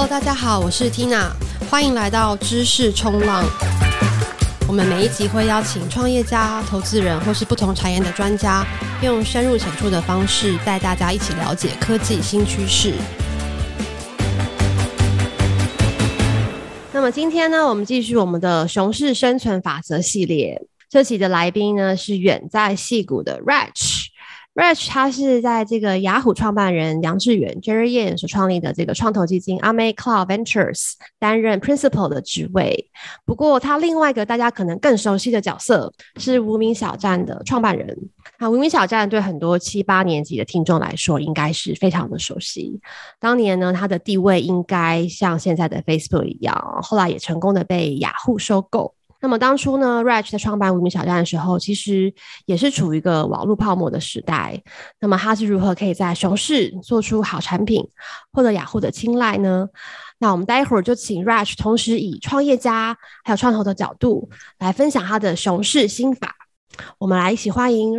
Hello， 大家好，我是 Tina， 欢迎来到知识冲浪。我们每一集会邀请创业家、投资人或是不同产业的专家，用深入浅出的方式带大家一起了解科技新趋势。那么今天呢，我们继续我们的熊市生存法则系列。这期的来宾呢是远在矽谷的 Rach。Rach 他是在这个雅虎创办人杨致远 Jerry Yang 所创立的这个创投基金 Alameda Cloud Ventures 担任 Principal 的职位。不过他另外一个大家可能更熟悉的角色是无名小站的创办人。那无名小站对很多7、8年级的听众来说应该是非常的熟悉。当年呢，他的地位应该像现在的 Facebook 一样，后来也成功的被雅虎收购。那么当初呢 Rach 在创办无名小站的时候，其实也是处于一个网络泡沫的时代。那么他是如何可以在熊市做出好产品，获得雅虎的青睐呢？那我们待会儿就请 Rach 同时以创业家还有创投的角度来分享他的熊市心法。我们来一起欢迎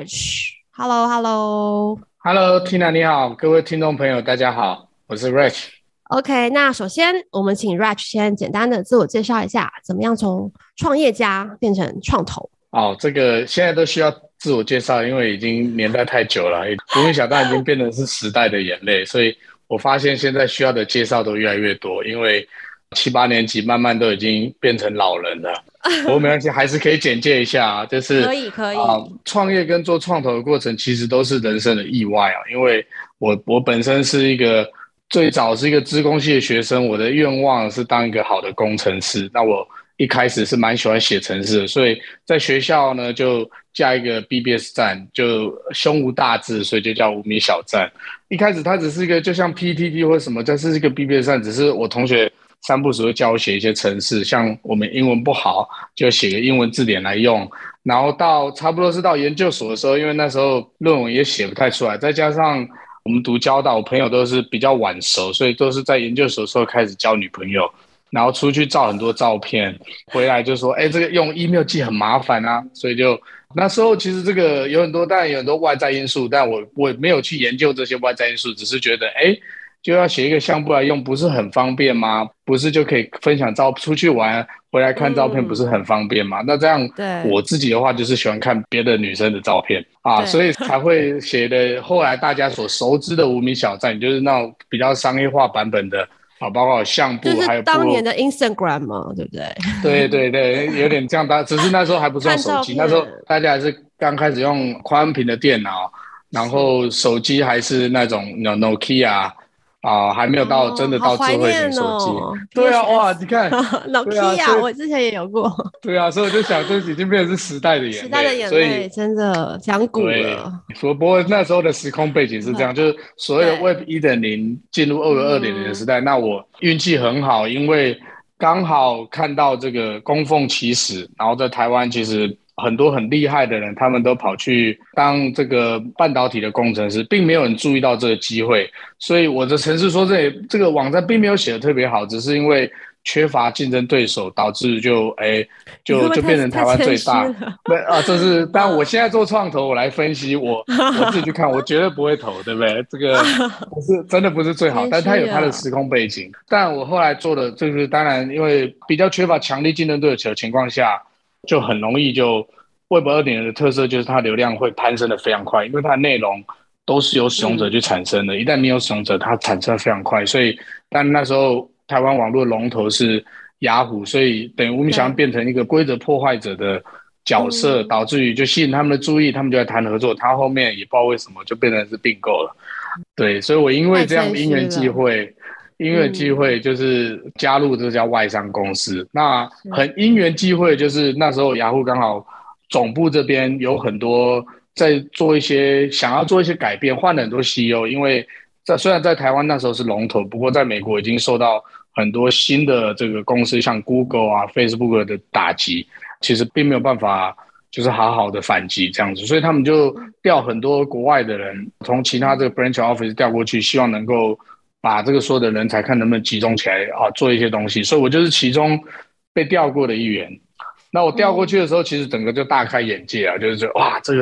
Rach。Hello Tina 你好，各位听众朋友大家好，我是 Rach。OK， 那首先我们请 Rach 先简单的自我介绍一下，怎么样从创业家变成创投？ 这个现在都需要自我介绍，因为已经年代太久了，无名小站已经变成是时代的眼泪，所以我发现现在需要的介绍都越来越多，因为7、8年级慢慢都已经变成老人了。不过没关系，还是可以简介一下就是可以创业跟做创投的过程其实都是人生的意外因为我本身是一个最早是一个资工系的学生，我的愿望是当一个好的工程师。那我一开始是蛮喜欢写程式的，所以在学校呢就架一个 BBS 站，就胸无大志，所以就叫无名小站。一开始它只是一个就像 PTT 或什么，这是一个 BBS 站，只是我同学三不时会教我写一些程式，像我们英文不好就写个英文字典来用。然后到差不多是到研究所的时候，因为那时候论文也写不太出来，再加上我们读交大，我朋友都是比较晚熟，所以都是在研究所的时候开始交女朋友，然后出去照很多照片，回来就说这个用 email 寄很麻烦啊，所以就那时候其实这个有很多，当然有很多外在因素，但我没有去研究这些外在因素，只是觉得就要写一个相簿来用，不是很方便吗？不是就可以分享出去玩回来看照片不是很方便吗？那这样我自己的话就是喜欢看别的女生的照片所以才会写的后来大家所熟知的无名小站，就是那种比较商业化版本的包括相簿， 就是还有当年的 Instagram 嘛，对不对？ 对，有点这样只是那时候还不是用手机，那时候大家还是刚开始用宽屏的电脑，然后手机还是那种 Nokia还没有到真的到智慧型手机。对啊，哇，你看 Nokia 我之前也有过。 对啊，所以我就想这已经变成是时代的眼泪， 时代的眼泪真的讲古了。 不过那时候的时空背景是这样，就是所谓的 Web 1.0 进入Web 2.0的时代。那我运气很好，因为刚好看到这个供奉起始，然后在台湾其实很多很厉害的人，他们都跑去当这个半导体的工程师，并没有人注意到这个机会。所以我的程式说这个网站并没有写得特别好，只是因为缺乏竞争对手，导致就变成台湾最大。这是当然我现在做创投，我来分析我自己去看，我绝对不会投，对不对？这个真的不是最好，但它有它的时空背景。但我后来做的就是当然因为比较缺乏强力竞争对手的情况下，就很容易就 Web 2.0 的特色就是它流量会攀升的非常快，因为它的内容都是由使用者去产生的，一旦你有使用者，它产生非常快。所以但那时候台湾网络龙头是雅虎，所以等于无名小站变成一个规则破坏者的角色，导致于就吸引他们的注意，他们就来谈合作，他后面也不知道为什么就变成是并购了。对，所以我因为这样因缘际会就是加入这家外商公司。那很因缘际会，就是那时候雅虎刚好总部这边有很多在做想要做一些改变，换了很多 CEO。因为虽然在台湾那时候是龙头，不过在美国已经受到很多新的这个公司像 Google Facebook 的打击，其实并没有办法就是好好的反击这样子，所以他们就调很多国外的人从其他这个 branch office 调过去，希望能够把这个所有的人才看能不能集中起来做一些东西。所以我就是其中被调过的一员。那我调过去的时候，其实整个就大开眼界就是哇，这个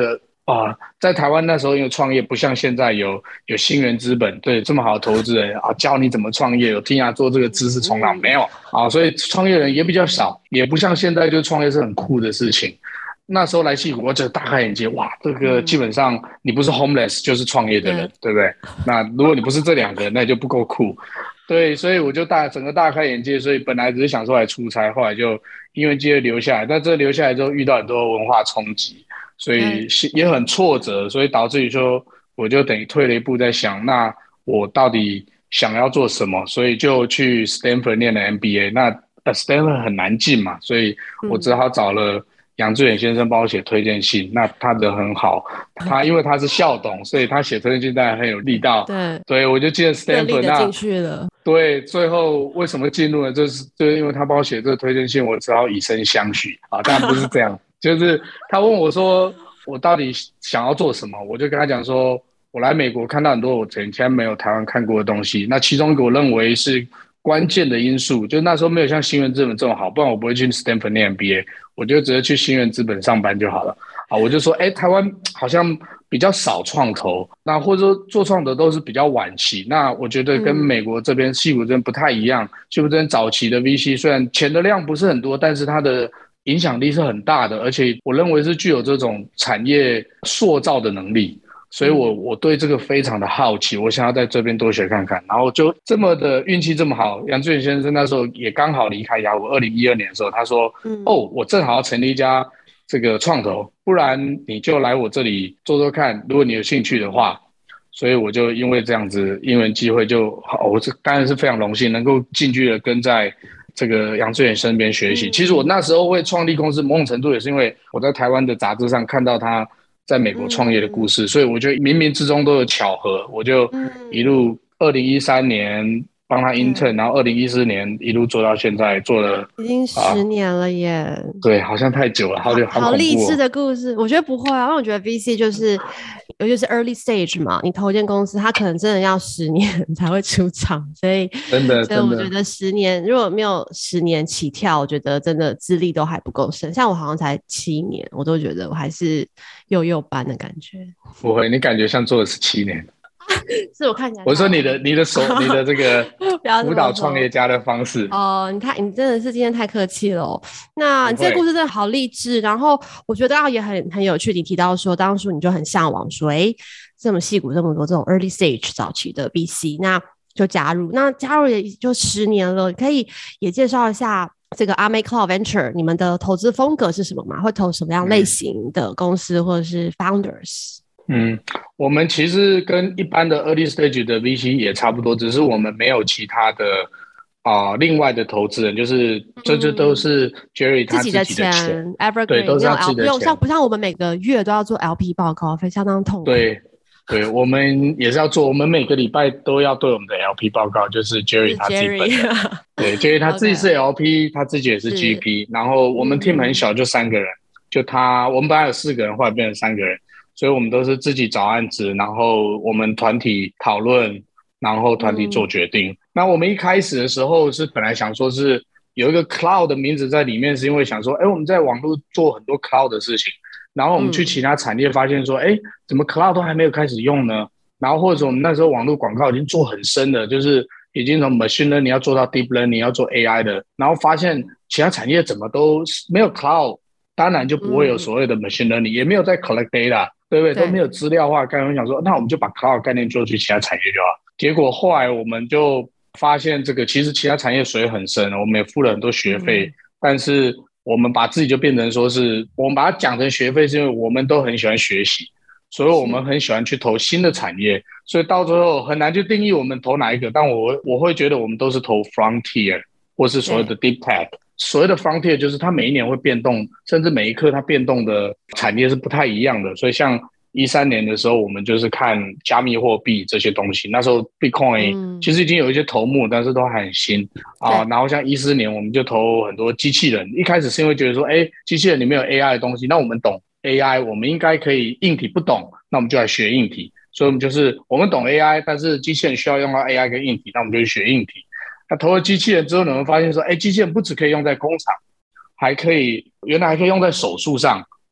在台湾那时候因为创业不像现在有新源资本，对，这么好的投资人教你怎么创业，有听做这个知识冲浪，没有所以创业人也比较少，也不像现在就创业是很酷的事情。那时候来矽谷，我觉得大开眼界，哇，这个基本上你不是 homeless 就是创业的人，对不对？那如果你不是这两个，那就不够酷。对，所以我就整个大开眼界，所以本来只是想说来出差，后来就因缘机会留下来。但这留下来之后遇到很多文化冲击，所以也很挫折，所以导致于说我就等于退了一步，在想那我到底想要做什么，所以就去 Stanford 念了 MBA。那Stanford 很难进嘛，所以我只好找了杨致远先生帮我写推荐信。那他人很好，他因为他是校董，所以他写推荐信当然很有力道。对，我就进了 Stanford， 那进去了。 对，最后为什么进入了，就是因为他帮我写这个推荐信，我只好以身相许当然不是这样，就是他问我说我到底想要做什么，我就跟他讲说，我来美国看到很多我以前没有台湾看过的东西，那其中一个我认为是关键的因素，就那时候没有像新源资本这么好，不然我不会去 Stanford 念 MBA， 我就直接去新源资本上班就好了。我就说台湾好像比较少创投，那或者说做创投都是比较晚期，那我觉得跟美国这边矽谷这边不太一样，矽谷这边早期的 VC 虽然钱的量不是很多，但是它的影响力是很大的，而且我认为是具有这种产业塑造的能力，所以我对这个非常的好奇，我想要在这边多学看看，然后就这么的运气这么好，杨致远先生那时候也刚好离开雅虎，2012年的时候他说我正好要成立一家这个创投，不然你就来我这里做做看，如果你有兴趣的话。所以我就因为这样子因缘机会我当然是非常荣幸能够近距离的跟在这个杨致远身边学习。其实我那时候会创立公司某种程度也是因为我在台湾的杂志上看到他在美国创业的故事，所以我觉得冥冥之中都有巧合，我就一路2013年帮他 intern， 然后2014年一路做到现在，做了已经10年了耶。 对，好像太久了， 好励志的故事。我觉得不会因为我觉得 VC 就是尤其是 early stage 嘛，你投一间公司它可能真的要10年才会出场，所以真的我觉得10年如果没有10年起跳，我觉得真的资历都还不够深。像我好像才7年，我都觉得我还是幼班的感觉。 不会，你感觉像做了17年。 是我看起来， 我说你的这个辅导创业家的方式你真的是今天太客气了那你这个故事真的好励志，然后我觉得也很有趣。你提到说当初你就很向往说这么矽谷这么多这种 early stage 早期的 VC， 那就加入也就10年了，可以也介绍一下这个阿妹 Cloud Venture 你们的投资风格是什么吗？会投什么样类型的公司或者是 founders？ 我们其实跟一般的 early stage 的 VC 也差不多，只是我们没有其他的另外的投资人，就是这都是 Jerry 他自己的钱 Evergreen， 对，都是他自己的钱， 不像我们每个月都要做 LP 报告，相当痛苦。 对，我们也是要做，我们每个礼拜都要对我们的 LP 报告，就是 Jerry 他自己本人对 Jerry 他自己是 LP， 他自己也是 GP， 然后我们 team 很小，就3个人，就我们本来有4个人，后来变成3个人。所以我们都是自己找案子，然后我们团体讨论，然后团体做决定。那我们一开始的时候是本来想说是有一个 cloud 的名字在里面，是因为想说我们在网络做很多 cloud 的事情，然后我们去其他产业发现说怎么 cloud 都还没有开始用呢？然后或者我们那时候网络广告已经做很深了，就是已经从 machine learning 要做到 deep learning 要做 AI 的，然后发现其他产业怎么都没有 cloud， 当然就不会有所谓的 machine learning， 也没有在 collect data，对不对？都没有资料化概念，想说那我们就把 cloud 概念做去其他产业就好。结果后来我们就发现这个其实其他产业水很深，我们也付了很多学费，但是我们把自己就变成说是我们把它讲成学费，是因为我们都很喜欢学习，所以我们很喜欢去投新的产业，所以到最后很难去定义我们投哪一个，但我会觉得我们都是投 frontier 或是所谓的 deep tech。所谓的 frontier 就是它每一年会变动，甚至每一刻它变动的产业是不太一样的。所以像13年的时候，我们就是看加密货币这些东西。那时候 Bitcoin 其实已经有一些头目，但是都还很新然后像14年，我们就投很多机器人。一开始是因为觉得说，机器人里面有 AI 的东西，那我们懂 AI， 我们应该可以硬体不懂，那我们就来学硬体。所以我们就是我们懂 AI， 但是机器人需要用到 AI 跟硬体，那我们就去学硬体。那投了机器人之后，你会发现说，机器人不只可以用在工厂，原来还可以用在手术上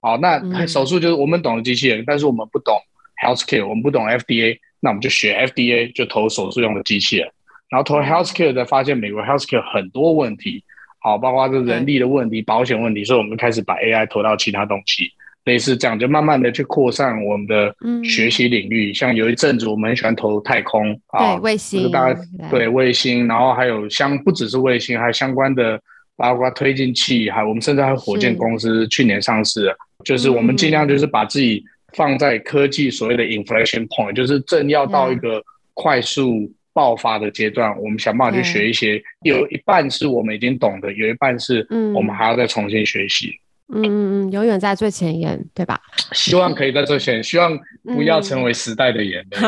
好，那手术就是我们懂的机器人，但是我们不懂 healthcare， 我们不懂 FDA， 那我们就学 FDA， 就投手术用的机器人。然后投 healthcare 才发现美国 healthcare 很多问题，好，包括这人力的问题、保险问题，所以我们开始把 AI 投到其他东西，类似这样，就慢慢的去扩散我们的学习领域。像有一阵子我们很喜欢投太空啊， 对，卫星， 大概对卫星，然后还有不只是卫星，还有相关的包括推进器，还有我们甚至还有火箭公司去年上市了。就是我们尽量就是把自己放在科技所谓的 inflection point， 就是正要到一个快速爆发的阶段，我们想办法去学一些，有一半是我们已经懂的，有一半是我们还要再重新学习。 永远在最前沿，对吧？ 希望可以在最前沿，希望不要成为时代的眼泪。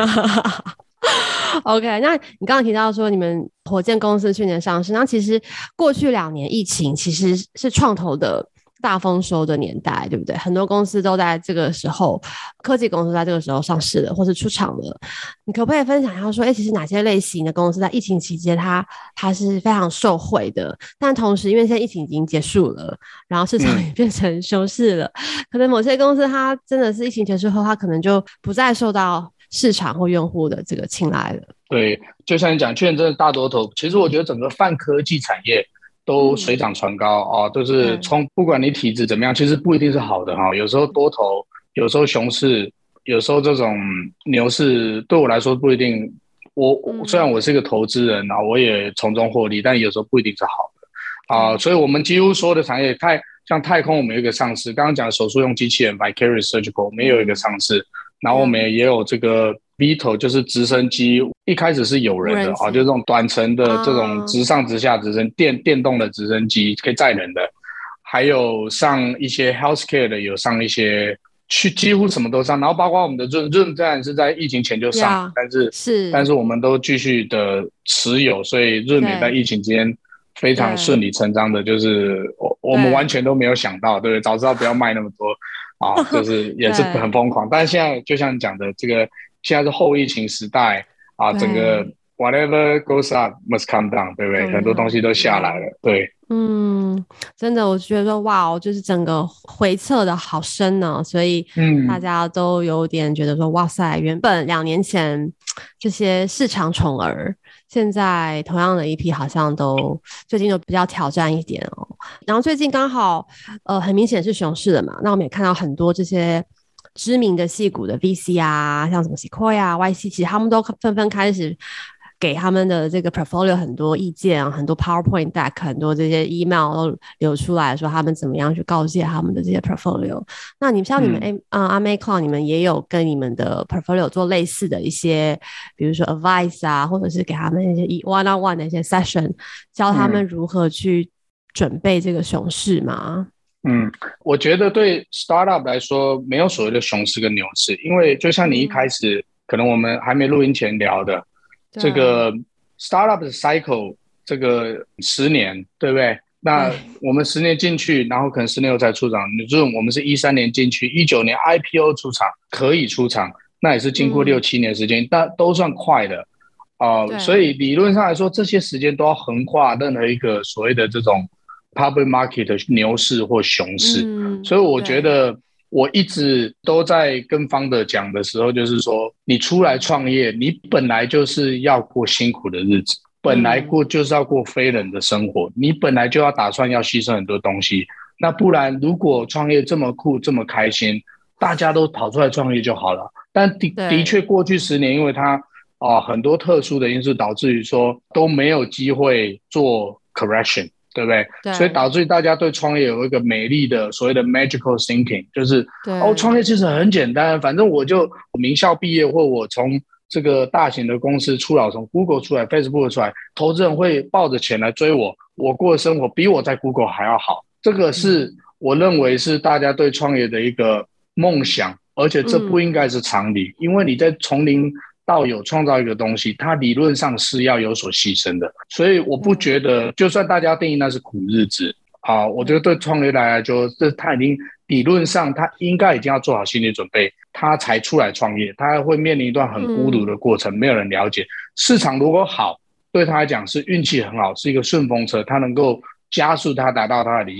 OK， 那你刚刚提到说你们火箭公司去年上市，那其实过去2年疫情其实是创投的大丰收的年代，对不对？很多公司都在这个时候，科技公司在这个时候上市了，或是出场了。你可不可以分享一下说，其实哪些类型的公司在疫情期间它是非常受惠的，但同时因为现在疫情已经结束了，然后市场也变成熊市了，可能某些公司它真的是疫情结束后，它可能就不再受到市场或用户的这个青睐了。 对，就像你讲，去年真的大多头，其实我觉得整个泛科技产业都水涨船高都是不管你体质怎么样，其实不一定是好的有时候多头，有时候熊市，有时候这种牛市，对我来说不一定。虽然我是一个投资人我也从中获利，但有时候不一定是好的所以我们几乎所有的产业，像太空我们有一个上市，刚刚讲的手术用机器人 Vicarious Surgical 我们也有一个上市，然后我们也有这个 VTOL 就是直升机，一开始是有人的就是这种短程的这种直上直下直升电动的直升机可以载人的，还有上一些 healthcare 的，有上一些几乎什么都上，然后包括我们的润当然是在疫情前就上但是我们都继续的持有，所以润也在疫情期间非常顺理成章的，就是我们完全都没有想到，对不对？早知道不要卖那么多就是也是很疯狂。但是现在就像你讲的，这个现在是后疫情时代整个 whatever goes up must come down， 对不对？很多东西都下来了，对。 真的，我觉得说哇，就是整个回测的好深呢，所以大家都有点觉得说哇塞，原本2年前这些市场宠儿，现在同样的一批好像最近都比较挑战一点然后最近刚好很明显是熊市了嘛，那我们也看到很多这些知名的矽谷的 VC 像什么 Sequoia、YC， 其实他们都纷纷开始给他们的这个 portfolio 很多意见很多 PowerPoint deck， 很多这些 email 都流出来说他们怎么样去告诫他们的这些 portfolio。那你像你们AMACLON 你们也有跟你们的 portfolio 做类似的一些，比如说 advice 或者是给他们一些 one-on-one 的一些 session， 教他们如何去准备这个熊市吗？ 我觉得对 startup 来说没有所谓的熊市跟牛市，因为就像你一开始可能我们还没录音前聊的这个 startup 的 cycle， 这个10年，对不对？那我们10年进去，然后可能10年后才出场。就是我们是13年进去，19年 IPO 出场，可以出场，那也是经过6-7年时间，但都算快的所以理论上来说，这些时间都要横跨任何一个所谓的这种 public market 的牛市或熊市。所以我觉得我一直都在跟founder讲的时候，就是说你出来创业，你本来就是要过辛苦的日子，本来就是要过非人的生活，你本来就要打算要牺牲很多东西，那不然如果创业这么酷这么开心，大家都跑出来创业就好了。但的确过去10年因为它很多特殊的因素导致于说都没有机会做 correction，对不对？所以导致大家对创业有一个美丽的所谓的 magical thinking， 就是创业其实很简单，反正我就名校毕业，或我从这个大型的公司出来，从 Google 出来 Facebook 出来，投资人会抱着钱来追我过的生活比我在 Google 还要好。这个是我认为是大家对创业的一个梦想，而且这不应该是常理，因为你在从零到有创造一个东西，它理论上是要有所牺牲的。所以我不觉得就算大家定义那是苦日子我觉得对创业来说，他已经理论上他应该已经要做好心理准备，他才出来创业，他会面临一段很孤独的过程，没有人了解。市场如果好，对他来讲是运气很好，是一个顺风车，他能够加速他达到他的理想，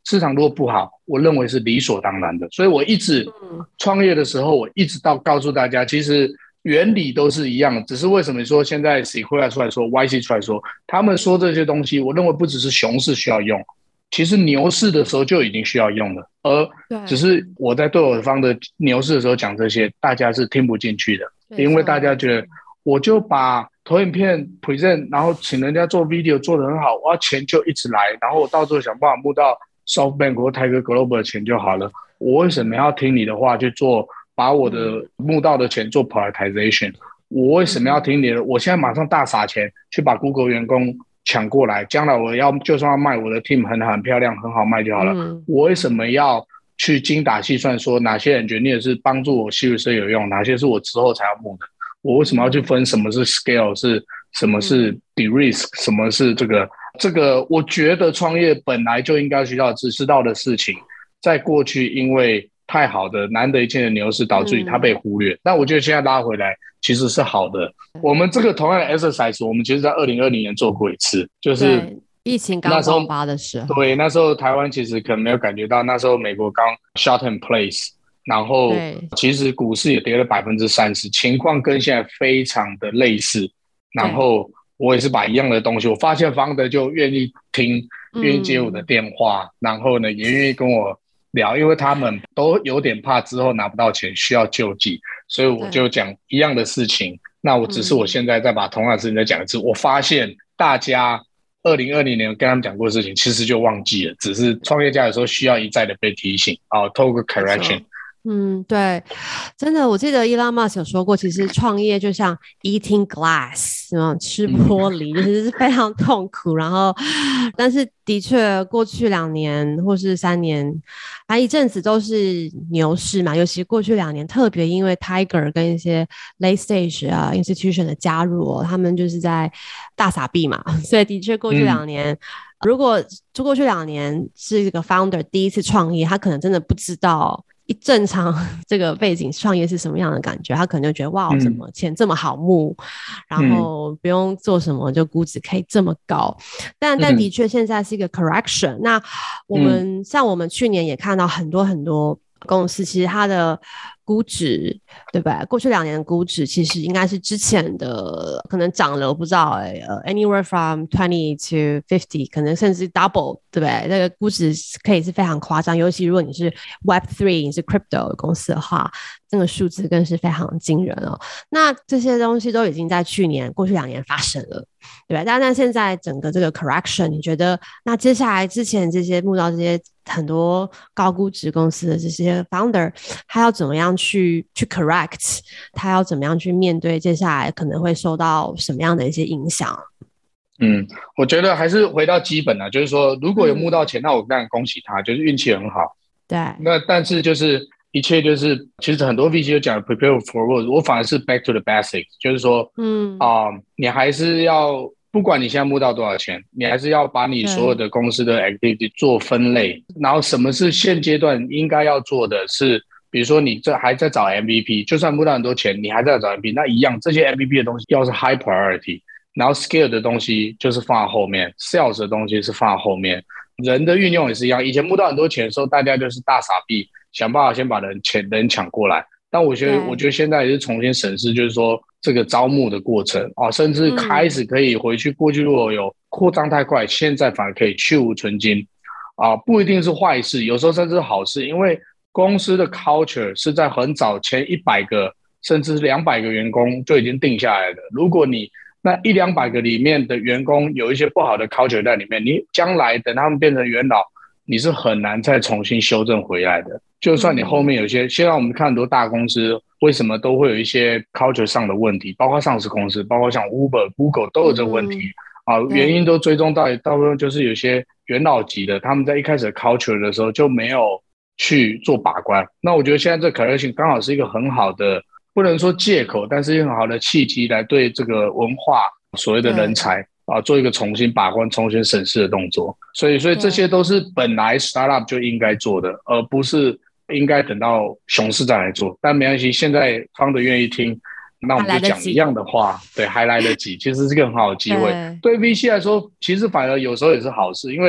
市场如果不好，我认为是理所当然的。所以我一直创业的时候，我一直到告诉大家，其实原理都是一样的，只是为什么说现在 Sequoia 出来说 YC 出来说，他们说这些东西，我认为不只是熊市需要用，其实牛市的时候就已经需要用了，而只是我在对我方的牛市的时候讲这些，大家是听不进去的，因为大家觉得我就把投影片 present， 然后请人家做 video 做得很好，我要钱就一直来，然后我到时候想办法募到 SoftBank 或 Tiger Global 的钱就好了，我为什么要听你的话去做，把我的募到的钱做 prioritization？我为什么要听你的？我现在马上大撒钱去把 Google 员工抢过来，将来我就算要卖我的 team 很漂亮很好卖就好了，我为什么要去精打细算说哪些人决定的是帮助我 Series A 有用，哪些是我之后才要募的？我为什么要去分什么是 scale， 什么是 de-risk， 什么是这个？我觉得创业本来就应该需要知道的事情，在过去因为太好的难得一见的牛市，导致于它被忽略。但我觉得现在拉回来其实是好的。我们这个同样的 exercise， 我们其实在2020年做过一次，就是疫情刚爆发的时候。 对，那时候台湾其实可能没有感觉到，那时候美国刚 shut in place。然后其实股市也跌了30%，情况跟现在非常的类似。然后我也是把一样的东西，我发现方德就愿意听，愿意接我的电话，然后呢也愿意跟我聊，因为他们都有点怕之后拿不到钱需要救济，所以我就讲一样的事情。那我只是我现在再把同样的事情再讲一次，我发现大家2020年跟他们讲过的事情其实就忘记了，只是创业家有时候需要一再的被提醒透过 correction。 对，真的，我记得 Elon Musk 有说过，其实创业就像 eating glass， 吃玻璃，就是非常痛苦。然后，但是的确，过去2年或是3年，反正一阵子都是牛市嘛。尤其过去2年，特别因为 Tiger 跟一些 late stage institution 的加入他们就是在大撒币嘛，所以的确过去2年。如果过去2年是一个 founder 第一次创业，他可能真的不知道一正常这个背景创业是什么样的感觉，他可能就觉得哇，怎么钱这么好募，然后不用做什么就估值可以这么高，但的确现在是一个 correction。那像我们去年也看到很多公司，其实它的估值，对吧？过去2年的估值其实应该是之前的可能涨了，我不知道anywhere from 20 to 50， 可能甚至 double， 对不对？那个估值可以是非常夸张，尤其如果你是 Web3， 你是 crypto 的公司的话，这个数字更是非常惊人哦。那这些东西都已经在过去2年发生了，对吧？但现在整个这个 correction， 你觉得那接下来之前这些募到这些很多高估值公司的这些 founder， 他要怎么样去 correct， 他要怎么样去面对接下来可能会受到什么样的一些影响？ 我觉得还是回到基本啊，就是说如果有募到钱，那我当然恭喜他，就是运气很好。 对， 那但是就是一切就是其实很多 VC 就讲 prepare for， 我反而是 back to the basics， 就是说你还是要不管你现在募到多少钱，你还是要把你所有的公司的 activity 做分类，然后什么是现阶段应该要做的是，比如说你还在找 MVP， 就算募到很多钱，你还在找 MVP， 那一样这些 MVP 的东西要是 high priority， 然后 scale 的东西就是放在后面， sales 的东西是放在后面，人的运用也是一样。以前募到很多钱的时候，大家就是大撒币，想办法先把人抢过来。但我觉得现在也是重新审视，就是说这个招募的过程甚至开始可以回去过去如果有扩张太快，现在反而可以去无存菁不一定是坏事，有时候甚至是好事，因为公司的 culture 是在很早前100个甚至200个员工就已经定下来的。如果你那100-200个里面的员工有一些不好的 culture 在里面，你将来等他们变成元老，你是很难再重新修正回来的。就算你后面有些现在我们看很多大公司为什么都会有一些 culture 上的问题，包括上市公司，包括像 Uber、Google 都有这个问题原因都追踪到大部分就是有些元老级的，他们在一开始的 culture 的时候就没有去做把关。那我觉得现在这 correction 刚好是一个很好的，不能说借口，但是一个很好的契机，来对这个文化所谓的人才做一个重新把关、重新审视的动作。所以这些都是本来 startup 就应该做的，而不是应该等到熊市再来做。但没关系，现在方的愿意听，那我们就讲一样的话，对，还来得及，其实是个很好的机会。对 VC 来说，其实反而有时候也是好事，因为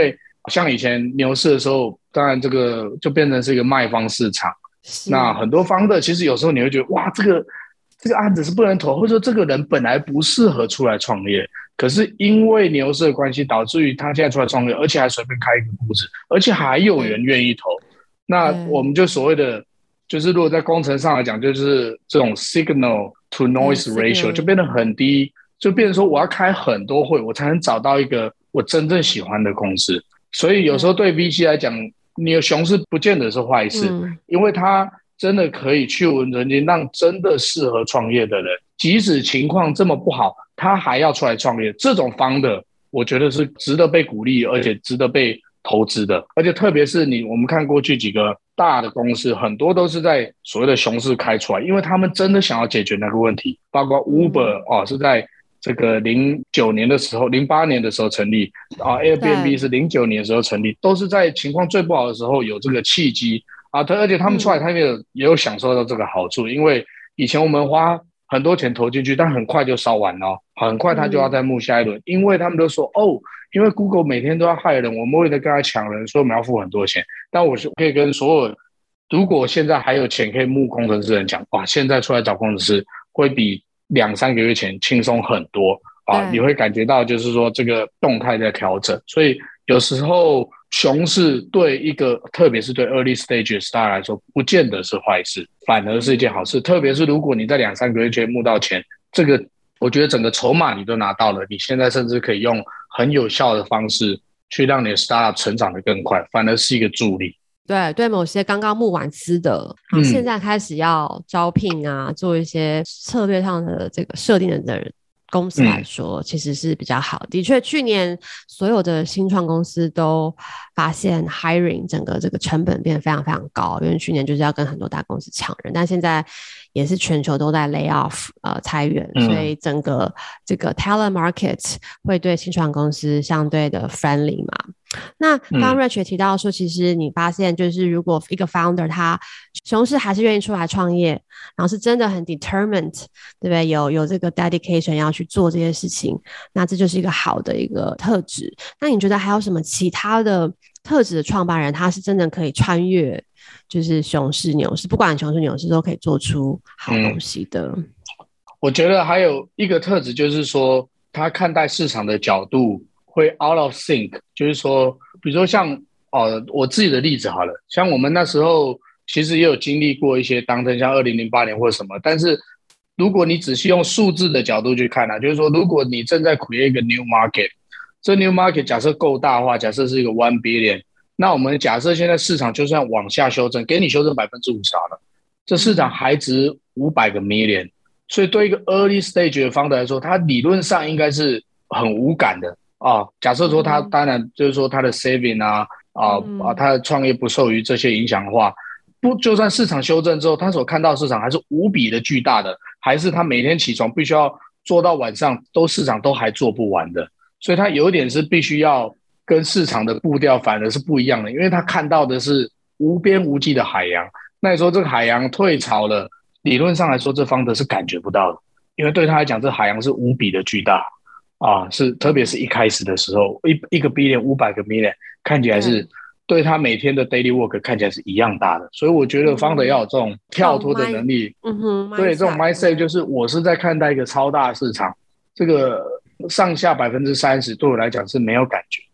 像以前牛市的时候，当然这个就变成是一个卖方市场。那很多方的其实有时候你会觉得哇，这个案子是不能投，或者说这个人本来不适合出来创业，可是因为牛市的关系，导致于他现在出来创业，而且还随便开一个估值，而且还有人愿意投。那我们就所谓的，就是如果在工程上来讲，就是这种 signal to noise ratio 就变得很低，就变成说我要开很多会，我才能找到一个我真正喜欢的公司。所以有时候对 VC 来讲，你有熊市不见得是坏事，因为它真的可以去文存金，让真的适合创业的人，即使情况这么不好，他还要出来创业。这种方的，我觉得是值得被鼓励，而且值得被投资的。而且特别是我们看过去几个大的公司，很多都是在所谓的熊市开出来，因为他们真的想要解决那个问题。包括 Uber 是在这个09年的时候，08年的时候成立Airbnb 是09年的时候成立，都是在情况最不好的时候有这个契机。而且他们出来，他们也有享受到这个好处，因为以前我们花很多钱投进去，但很快就烧完了，很快他就要再募下一轮，因为他们都说因为 Google 每天都要害人，我们为了跟他抢人，所以我们要付很多钱。但我是可以跟所有，如果现在还有钱可以募工程师的人讲，哇，现在出来找工程师会比2-3个月前轻松很多你会感觉到就是说这个动态在调整，所以有时候熊市对一个，特别是对 early stage star 来说，不见得是坏事，反而是一件好事。特别是如果你在2-3个月前募到钱，这个我觉得整个筹码你都拿到了，你现在甚至可以用很有效的方式去让你的 startup 成长得更快，反而是一个助力。 对某些刚刚募完资的，现在开始要招聘做一些策略上的这个设定的人。公司来说其实是比较好的确去年所有的新创公司都发现 hiring 整个这个成本变得非常非常高，因为去年就是要跟很多大公司抢人，但现在也是全球都在 lay off 裁员，所以整个这个 talent market 会对新创公司相对的 friendly 嘛。那刚刚 Rich 也提到说，其实你发现就是如果一个 founder 他熊市还是愿意出来创业，然后是真的很 determined， 对不对？有这个 dedication 要去做这些事情，那这就是一个好的一个特质。那你觉得还有什么其他的特质的创办人，他是真的可以穿越就是熊市牛市，不管熊市牛市都可以做出好东西的？ 我觉得还有一个特质就是说，他看待市场的角度会 out of sync， 就是说比如说像我自己的例子好了，像我们那时候其实也有经历过一些当真，像2008年或什么，但是如果你仔细用数字的角度去看就是说如果你正在 create 一个 new market， 这 new market 假设够大的话，假设是一个1 billion， 那我们假设现在市场就算往下修正，给你修正 50% 好了，这市场还值500个 million， 所以对一个 early stage 的founder来说，他理论上应该是很无感的假设说他当然就是说他的 saving 他的创业不受于这些影响的话，就算市场修正之后，他所看到的市场还是无比的巨大的，还是他每天起床必须要做到晚上市场都还做不完的，所以他有点是必须要跟市场的步调反而是不一样的，因为他看到的是无边无际的海洋。那你说这个海洋退潮了，理论上来说这founder是感觉不到的，因为对他来讲这海洋是无比的巨大是特别是一开始的时候，一个 billion 500个 million 看起来是对他每天的 daily work 看起来是一样大的，所以我觉得founder要有这种跳脱的能力，对，这种 mindset 就是我是在看待一个超大市场，这个上下 30% 对我来讲是没有感觉。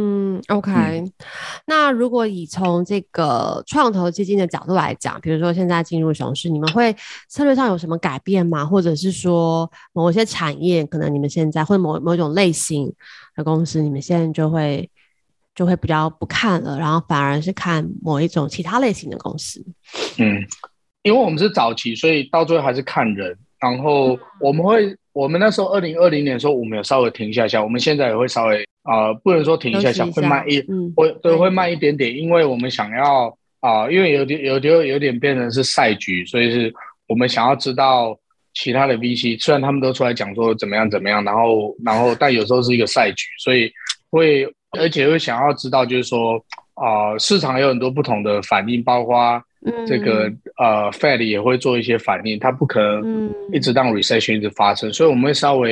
OK，那如果以从这个创投基金的角度来讲，比如说现在进入熊市，你们会策略上有什么改变吗？或者是说某一些产业可能你们现在或者某一种类型的公司，你们现在就会比较不看了，然后反而是看某一种其他类型的公司？ 因为我们是早期，所以到最后还是看人，然后我们那时候2020年的时候，我们有稍微停下下，我们现在也会稍微不能说停下下，会慢会慢一点点，因为我们想要因为有点变成是赛局，所以是我们想要知道其他的 VC， 虽然他们都出来讲说怎么样，然后但有时候是一个赛局，所以而且会想要知道就是说市场有很多不同的反应，包括这个Fed 也会做一些反应，它不可能一直让 recession 一直发生，所以我们会稍微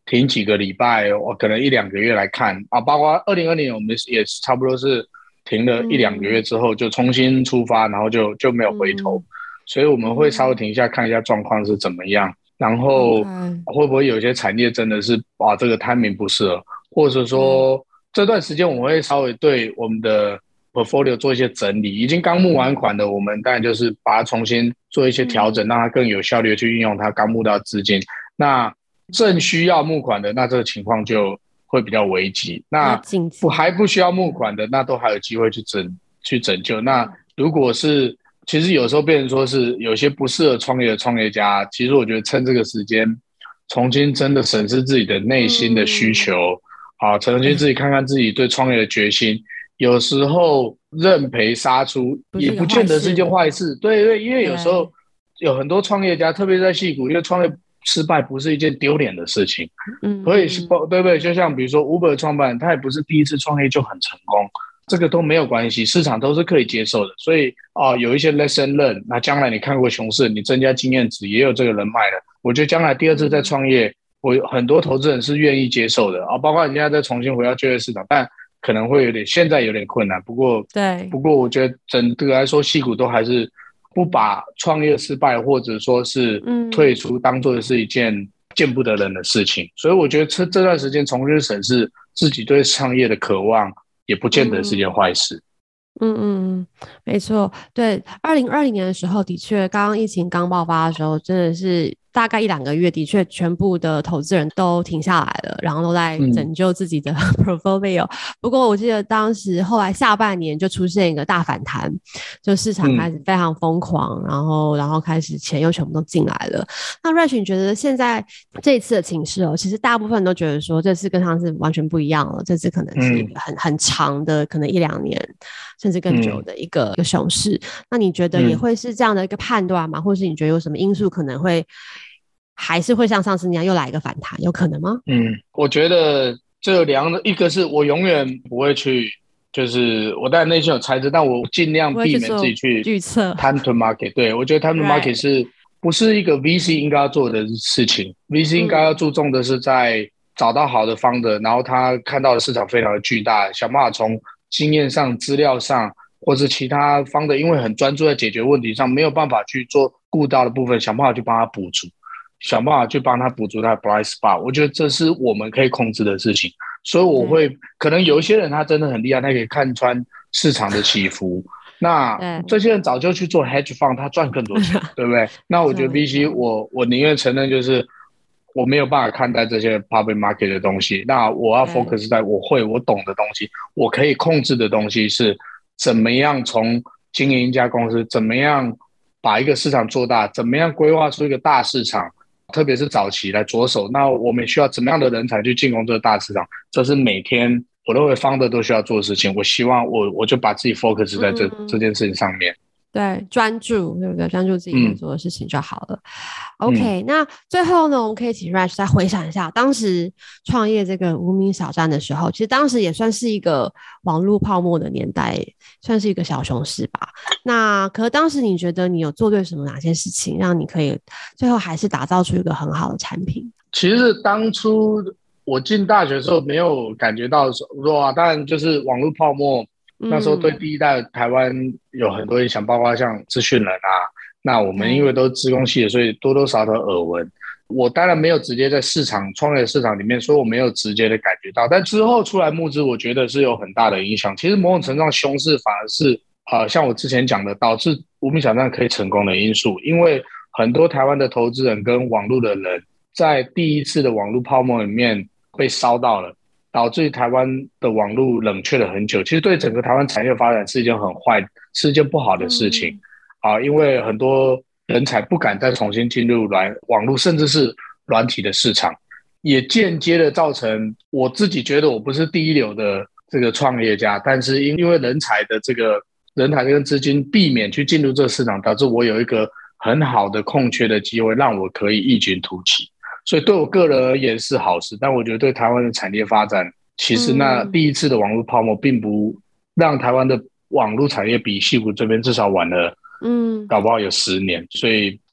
停几个礼拜，我可能1-2个月来看啊，包括2020年我们也是差不多是停了1-2个月之后就重新出发，然后就没有回头，所以我们会稍微停一下看一下状况是怎么样，然后会不会有些产业真的是这个 timing 不适合，或者说这段时间我们会稍微对我们的 portfolio 做一些整理，已经刚募完款的我们当然就是把它重新做一些调整，让它更有效率的去运用它刚募到资金，那正需要募款的那这个情况就会比较危急，那还不需要募款的那都还有机会去拯救，那如果是其实有时候变成说是有些不适合创业的创业家，其实我觉得趁这个时间重新真的审视自己的内心的需求，重新自己看看自己对创业的决心，有时候认赔杀出也不见得是一件坏事，对，因为有时候有很多创业家，特别在矽谷，因为创业失败不是一件丢脸的事情，所以对不对？就像比如说 Uber 的创办人，他也不是第一次创业就很成功，这个都没有关系，市场都是可以接受的，所以有一些 lesson learn， 那将来你看过熊市，你增加经验值，也有这个人脉了，我觉得将来第二次再创业，我很多投资人是愿意接受的包括人家再重新回到就业市场，但可能会现在有点困难，不过我觉得整个来说，矽谷都还是不把创业失败或者说是退出当做是一件见不得人的事情，所以我觉得这段时间重新审视自己对创业的渴望，也不见得是件坏事。 没错，对，2020年的时候，的确，刚刚疫情刚爆发的时候，真的是大概1-2个月，的确全部的投资人都停下来了，然后都在拯救自己的 portfolio。不过我记得当时后来下半年就出现一个大反弹，就市场开始非常疯狂，然后开始钱又全部都进来了。那 Rach 你觉得现在这一次的情势其实大部分都觉得说这次跟上次完全不一样了，这次可能是一个很长的，可能1-2年甚至更久的一个熊市，那你觉得也会是这样的一个判断吗？或是你觉得有什么因素可能会还是会像上次那样又来一个反弹，有可能吗？ 我觉得这有两个，一个是我永远不会去，就是我当然内心有猜测，但我尽量避免自己去预测 time to market。对，我觉得 time to market 是不是一个 VC 应该要做的事情？VC 应该要注重的是在找到好的founder，然后他看到的市场非常的巨大，想办法从经验上、资料上，或是其他founder因为很专注在解决问题上，没有办法去做顾到的部分，想办法去帮他补足。想办法去帮他补足他的 blind spot， 我觉得这是我们可以控制的事情，所以我会可能有一些人他真的很厉害，他可以看穿市场的起伏，那这些人早就去做 hedge fund， 他赚更多钱，对不对？那我觉得 VC 我宁愿承认就是我没有办法看待这些 public market 的东西，那我要 focus 在我懂的东西，我可以控制的东西是怎么样从经营一家公司，怎么样把一个市场做大，怎么样规划出一个大市场，特别是早期来着手，那我们需要怎么样的人才去进攻这个大市场？这是每天我认为founder都需要做的事情。我希望我就把自己 focus 在这件事情上面。 对，专注，对不对？专注自己能做的事情就好了。OK，那最后呢，我们可以请 Rach 再回想一下，当时创业这个无名小站的时候，其实当时也算是一个网络泡沫的年代，算是一个小熊市吧。那可是当时你觉得你有做对哪些事情，让你可以最后还是打造出一个很好的产品？ 其实当初我进大学的时候没有感觉到说当然就是网络泡沫。那时候对第一代台湾有很多影响，包括像资讯人那我们因为都是资工系的，所以多多少少耳闻。我当然没有直接在创业市场里面，所以我没有直接的感觉到。但之后出来募资，我觉得是有很大的影响。其实某种程度上，熊市反而是像我之前讲的，导致无名小站可以成功的因素。因为很多台湾的投资人跟网络的人，在第一次的网络泡沫里面被烧到了。导致台湾的网络冷却了很久，其实对整个台湾产业发展是一件是一件不好的事情因为很多人才不敢再重新进入网络甚至是软体的市场，也间接的造成我自己觉得我不是第一流的这个创业家，但是因为人才跟资金避免去进入这个市场，导致我有一个很好的空缺的机会，让我可以异军突起。所以对我个人而言是好事，但我觉得对台湾的产业发展，其实那第一次的网络泡沫并不让台湾的网络产业比矽谷这边至少晚了搞不好有10年，所以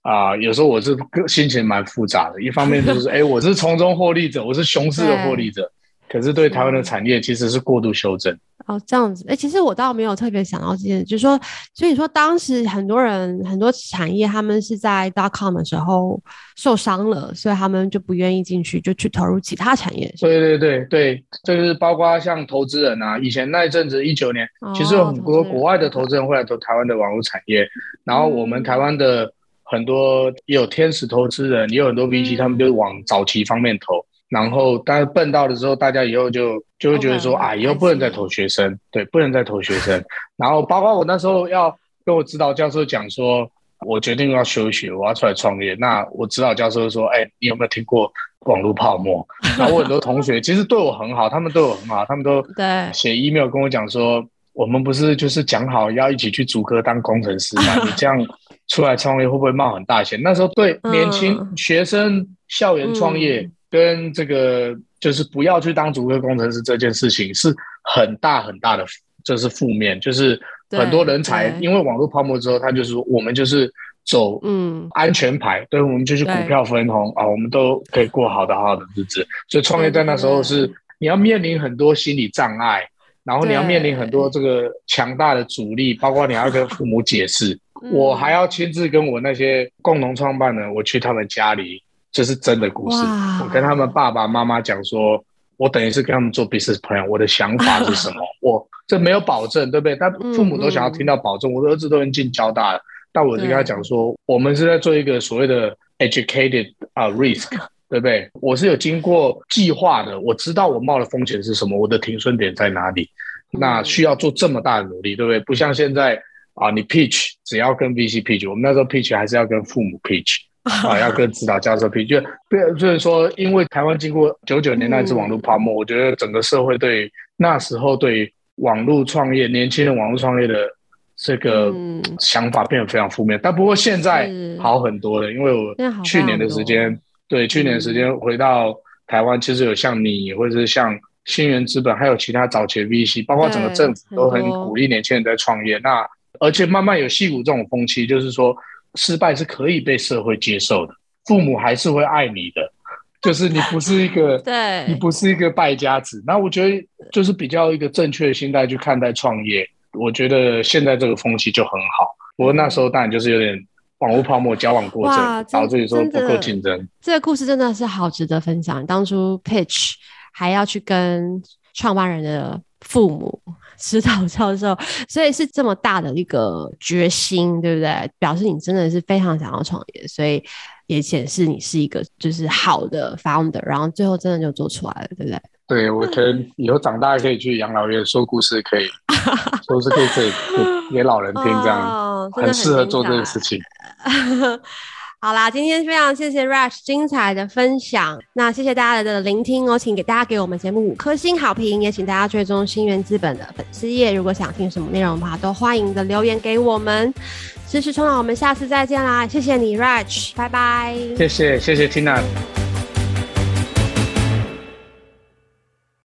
有时候我是心情蛮复杂的，一方面就是我是从中获利者，我是熊市的获利者，可是对台湾的产业其实是过度修正。 这样子，其实我倒没有特别想到这件，就是说，所以说当时很多产业他们是在 .com 的时候受伤了，所以他们就不愿意进去，就去投入其他产业。 对，就是包括像投资人以前那一阵子19年，其实有很多国外的投资人会来投台湾的网络产业，然后我们台湾的很多也有天使投资人，也有很多 VC，他们就往早期方面投。然后当然笨到的时候，大家以后就会觉得说以后不能再投学生，对，不能再投学生。然后包括我那时候要跟我指导教授讲说，我决定要休学，我要出来创业。那我指导教授说，你有没有听过网络泡沫？然后我很多同学其实对我很好，他们对我很好，他们都写 email 跟我讲说，我们不是就是讲好要一起去竹科当工程师吗？你这样出来创业会不会冒很大险？那时候对年轻学生校园创业跟这个就是不要去当竹科工程师这件事情是很大很大的，就是负面，就是很多人才因为网络泡沫之后，他就是说我们就是走安全牌，对，我们就去股票分红我们都可以过好的日子。所以创业在那时候是你要面临很多心理障碍，然后你要面临很多这个强大的阻力，包括你要跟父母解释。我还要亲自跟我那些共同创办人，我去他们家里，这是真的故事。我跟他们爸爸妈妈讲说，我等于是跟他们做 business plan， 我的想法是什么？我这没有保证，对不对？但父母都想要听到保证。我的儿子都已经进交大了，但我就跟他讲说，我们是在做一个所谓的 educated risk， 对不对？我是有经过计划的，我知道我冒的风险是什么，我的停损点在哪里。那需要做这么大的努力，对不对？不像现在你 pitch 只要跟 VC pitch， 我们那时候 pitch 还是要跟父母 pitch。要跟指导教授pitch，就是说，因为台湾经过99年那次网络泡沫，我觉得整个社会对那时候对网络创业、年轻人网络创业的这个想法变得非常负面。但不过现在好很多了，因为我去年的时间，回到台湾，其实有像你，或者是像新源资本，还有其他早期的 VC， 包括整个政府都很鼓励年轻人在创业。那而且慢慢有矽谷这种风气，就是说。失败是可以被社会接受的，父母还是会爱你的，就是你不是一个你不是一个败家子。那我觉得就是比较一个正确的心态去看待创业，我觉得现在这个风气就很好。不过那时候当然就是有点网络泡沫矫枉过正，导致于说不够竞争。 这个故事真的是好值得分享。当初 pitch 还要去跟创办人的父母指导教授，所以是这么大的一个决心，对不对？表示你真的是非常想要创业，所以也显示你是一个就是好的 founder， 然后最后真的就做出来了，对不对？ 对，我可能以后长大可以去养老院说故事，可以说是可以给老人听，这样很适合做这个事情。 好啦，今天非常谢谢 Raj 精彩的分享，那谢谢大家的聆听请大家给我们节目5颗星好评，也请大家追踪新源资本的粉丝页，如果想听什么内容的话，都欢迎的留言给我们。知识冲浪，我们下次再见啦，谢谢你 Raj， 拜拜。 谢谢 Tina。